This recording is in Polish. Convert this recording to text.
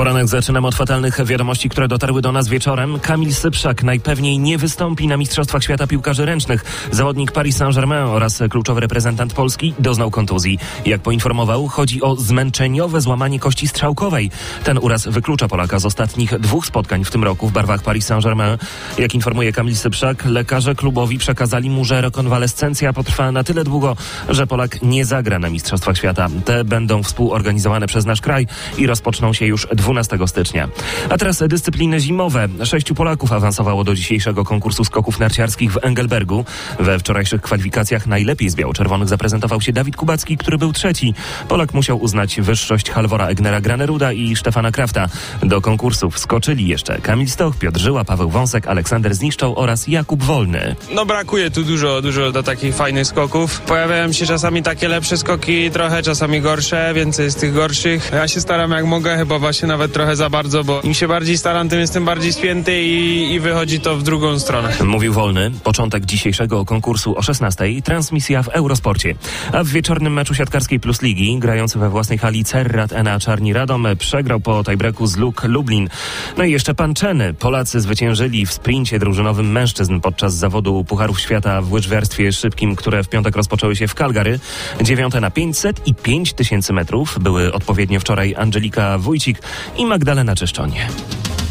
Poranek zaczynam od fatalnych wiadomości, które dotarły do nas wieczorem. Kamil Sypszak najpewniej nie wystąpi na Mistrzostwach Świata Piłkarzy Ręcznych. Zawodnik Paris Saint-Germain oraz kluczowy reprezentant Polski doznał kontuzji. Jak poinformował, chodzi o zmęczeniowe złamanie kości strzałkowej. Ten uraz wyklucza Polaka z ostatnich 2 spotkań w tym roku w barwach Paris Saint-Germain. Jak informuje Kamil Sypszak, lekarze klubowi przekazali mu, że rekonwalescencja potrwa na tyle długo, że Polak nie zagra na Mistrzostwach Świata. Te będą współorganizowane przez nasz kraj i rozpoczną się już 12 stycznia. A teraz dyscypliny zimowe. 6 Polaków awansowało do dzisiejszego konkursu skoków narciarskich w Engelbergu. We wczorajszych kwalifikacjach najlepiej z biało-czerwonych zaprezentował się Dawid Kubacki, który był 3. Polak musiał uznać wyższość Halvora Egnera Graneruda i Stefana Krafta. Do konkursów skoczyli jeszcze Kamil Stoch, Piotr Żyła, Paweł Wąsek, Aleksander Zniszczał oraz Jakub Wolny. Brakuje tu dużo do takich fajnych skoków. Pojawiają się czasami takie lepsze skoki, trochę czasami gorsze, więcej z tych gorszych. Ja się staram jak mogę, chyba właśnie nawet trochę za bardzo, bo im się bardziej staram, tym jestem bardziej spięty i wychodzi to w drugą stronę. Mówił Wolny. Początek dzisiejszego konkursu o 16:00. Transmisja w Eurosporcie. A w wieczornym meczu siatkarskiej Plus Ligi grający we własnej hali Cerrat Ena Czarni Radom przegrał po tiebreaku z Luk Lublin. No i jeszcze Panczeny. Polacy zwyciężyli w sprincie drużynowym mężczyzn podczas zawodu Pucharów Świata w łyżwiarstwie szybkim, które w piątek rozpoczęły się w Calgary. 9 na 500 i 5000 metrów były odpowiednio wczoraj Angelika Wójcik i Magdalena Czyszczoń.